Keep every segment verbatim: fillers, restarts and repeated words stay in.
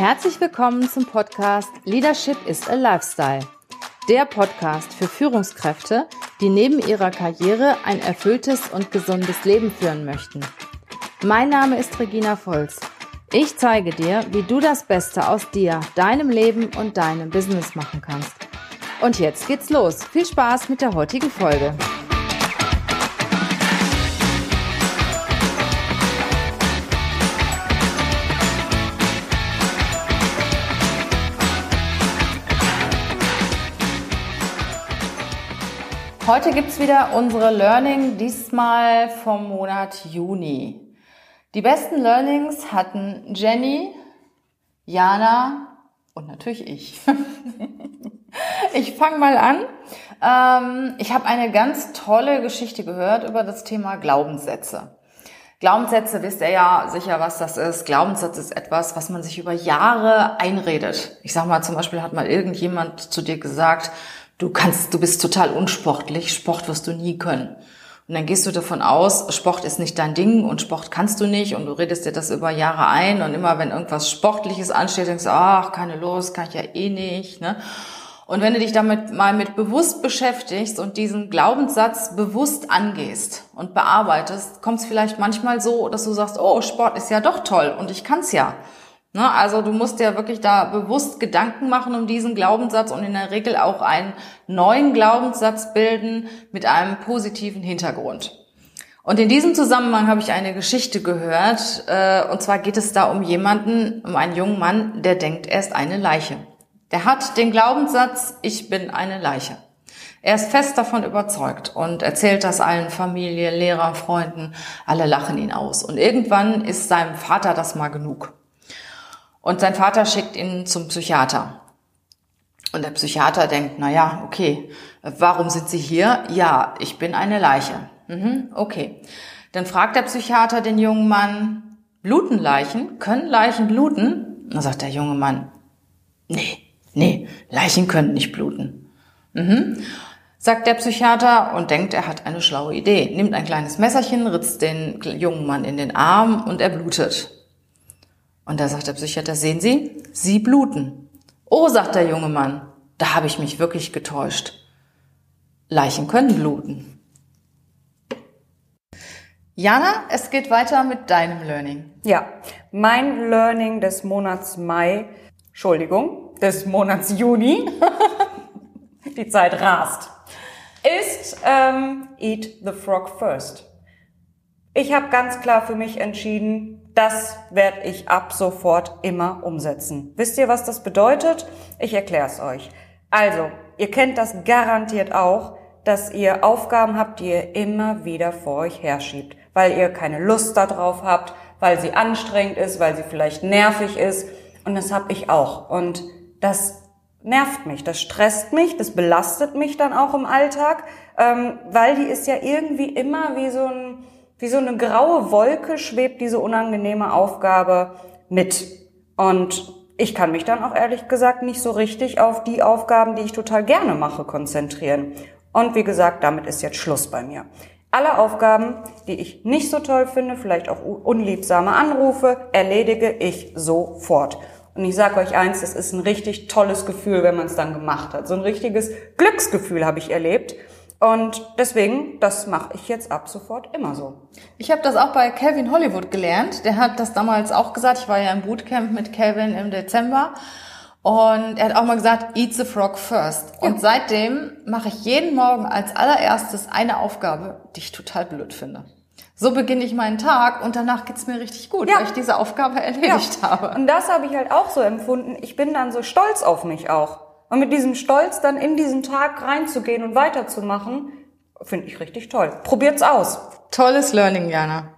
Herzlich willkommen zum Podcast Leadership is a Lifestyle. Der Podcast für Führungskräfte, die neben ihrer Karriere ein erfülltes und gesundes Leben führen möchten. Mein Name ist Regina Volz. Ich zeige dir, wie du das Beste aus dir, deinem Leben und deinem Business machen kannst. Und jetzt geht's los. Viel Spaß mit der heutigen Folge. Heute gibt's wieder unsere Learning, diesmal vom Monat Juni. Die besten Learnings hatten Jenny, Jana und natürlich ich. Ich fange mal an. Ähm, ich habe eine ganz tolle Geschichte gehört über das Thema Glaubenssätze. Glaubenssätze, wisst ihr ja sicher, was das ist. Glaubenssatz ist etwas, was man sich über Jahre einredet. Ich sag mal, zum Beispiel hat mal irgendjemand zu dir gesagt, du kannst, du bist total unsportlich, Sport wirst du nie können. Und dann gehst du davon aus, Sport ist nicht dein Ding und Sport kannst du nicht und du redest dir das über Jahre ein und immer wenn irgendwas Sportliches ansteht, denkst du, ach, keine Lust, kann ich ja eh nicht, ne? Und wenn du dich damit mal mit bewusst beschäftigst und diesen Glaubenssatz bewusst angehst und bearbeitest, kommt es vielleicht manchmal so, dass du sagst, oh, Sport ist ja doch toll und ich kann's ja. Ne? Also du musst dir wirklich da bewusst Gedanken machen um diesen Glaubenssatz und in der Regel auch einen neuen Glaubenssatz bilden mit einem positiven Hintergrund. Und in diesem Zusammenhang habe ich eine Geschichte gehört, äh, und zwar geht es da um jemanden, um einen jungen Mann, der denkt, er ist eine Leiche. Der hat den Glaubenssatz, ich bin eine Leiche. Er ist fest davon überzeugt und erzählt das allen Familie, Lehrern, Freunden. Alle lachen ihn aus. Und irgendwann ist seinem Vater das mal genug. Und sein Vater schickt ihn zum Psychiater. Und der Psychiater denkt, na ja, okay, warum sind Sie hier? Ja, ich bin eine Leiche. Mhm, okay. Dann fragt der Psychiater den jungen Mann, bluten Leichen? Können Leichen bluten? Dann sagt der junge Mann, nee. Nee, Leichen können nicht bluten. Mhm. Sagt der Psychiater und denkt, er hat eine schlaue Idee. Nimmt ein kleines Messerchen, ritzt den jungen Mann in den Arm und er blutet. Und da sagt der Psychiater, sehen Sie, Sie bluten. Oh, sagt der junge Mann, da habe ich mich wirklich getäuscht. Leichen können bluten. Jana, es geht weiter mit deinem Learning. Ja, mein Learning des Monats Mai, Entschuldigung, des Monats Juni, die Zeit rast, ist ähm, Eat the Frog First. Ich habe ganz klar für mich entschieden, das werde ich ab sofort immer umsetzen. Wisst ihr, was das bedeutet? Ich erkläre es euch. Also, ihr kennt das garantiert auch, dass ihr Aufgaben habt, die ihr immer wieder vor euch herschiebt, weil ihr keine Lust darauf habt, weil sie anstrengend ist, weil sie vielleicht nervig ist. Und das habe ich auch. Und das nervt mich, das stresst mich, das belastet mich dann auch im Alltag, ähm, weil die ist ja irgendwie immer wie so ein, wie so eine graue Wolke schwebt diese unangenehme Aufgabe mit. Und ich kann mich dann auch ehrlich gesagt nicht so richtig auf die Aufgaben, die ich total gerne mache, konzentrieren. Und wie gesagt, damit ist jetzt Schluss bei mir. Alle Aufgaben, die ich nicht so toll finde, vielleicht auch unliebsame Anrufe, erledige ich sofort. Und ich sage euch eins, das ist ein richtig tolles Gefühl, wenn man es dann gemacht hat. So ein richtiges Glücksgefühl habe ich erlebt. Und deswegen, das mache ich jetzt ab sofort immer so. Ich habe das auch bei Calvin Hollywood gelernt. Der hat das damals auch gesagt. Ich war ja im Bootcamp mit Calvin im Dezember. Und er hat auch mal gesagt, eat the frog first. Ja. Und seitdem mache ich jeden Morgen als allererstes eine Aufgabe, die ich total blöd finde. So beginne ich meinen Tag und danach geht's mir richtig gut, ja, weil ich diese Aufgabe erledigt ja. habe. Und das habe ich halt auch so empfunden. Ich bin dann so stolz auf mich auch. Und mit diesem Stolz dann in diesen Tag reinzugehen und weiterzumachen, finde ich richtig toll. Probiert's aus. Tolles Learning, Jana.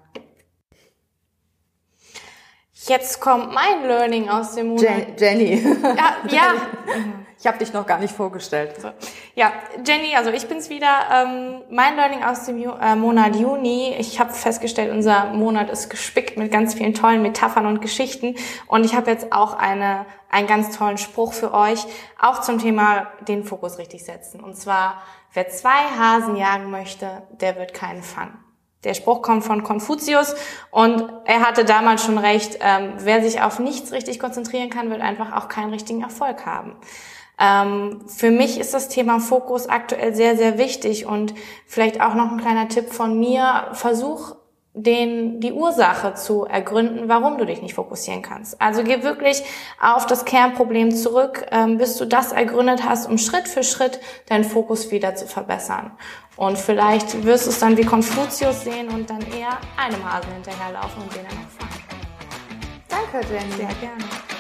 Jetzt kommt mein Learning aus dem Monat. Je- Jenny. Ja, ja. Ich habe dich noch gar nicht vorgestellt. So. Ja, Jenny, also ich bin's wieder. Ähm, mein Learning aus dem Ju- äh, Monat Juni. Ich habe festgestellt, unser Monat ist gespickt mit ganz vielen tollen Metaphern und Geschichten. Und ich habe jetzt auch eine einen ganz tollen Spruch für euch, auch zum Thema den Fokus richtig setzen. Und zwar, wer zwei Hasen jagen möchte, der wird keinen fangen. Der Spruch kommt von Konfuzius und er hatte damals schon recht, ähm, wer sich auf nichts richtig konzentrieren kann, wird einfach auch keinen richtigen Erfolg haben. Ähm, für mich ist das Thema Fokus aktuell sehr, sehr wichtig und vielleicht auch noch ein kleiner Tipp von mir, versuch den, die Ursache zu ergründen, warum du dich nicht fokussieren kannst. Also geh wirklich auf das Kernproblem zurück, ähm, bis du das ergründet hast, um Schritt für Schritt deinen Fokus wieder zu verbessern. Und vielleicht wirst du es dann wie Konfuzius sehen und dann eher einem Hasen hinterherlaufen und den dann noch fangen. Danke, Jenny. Sehr gerne.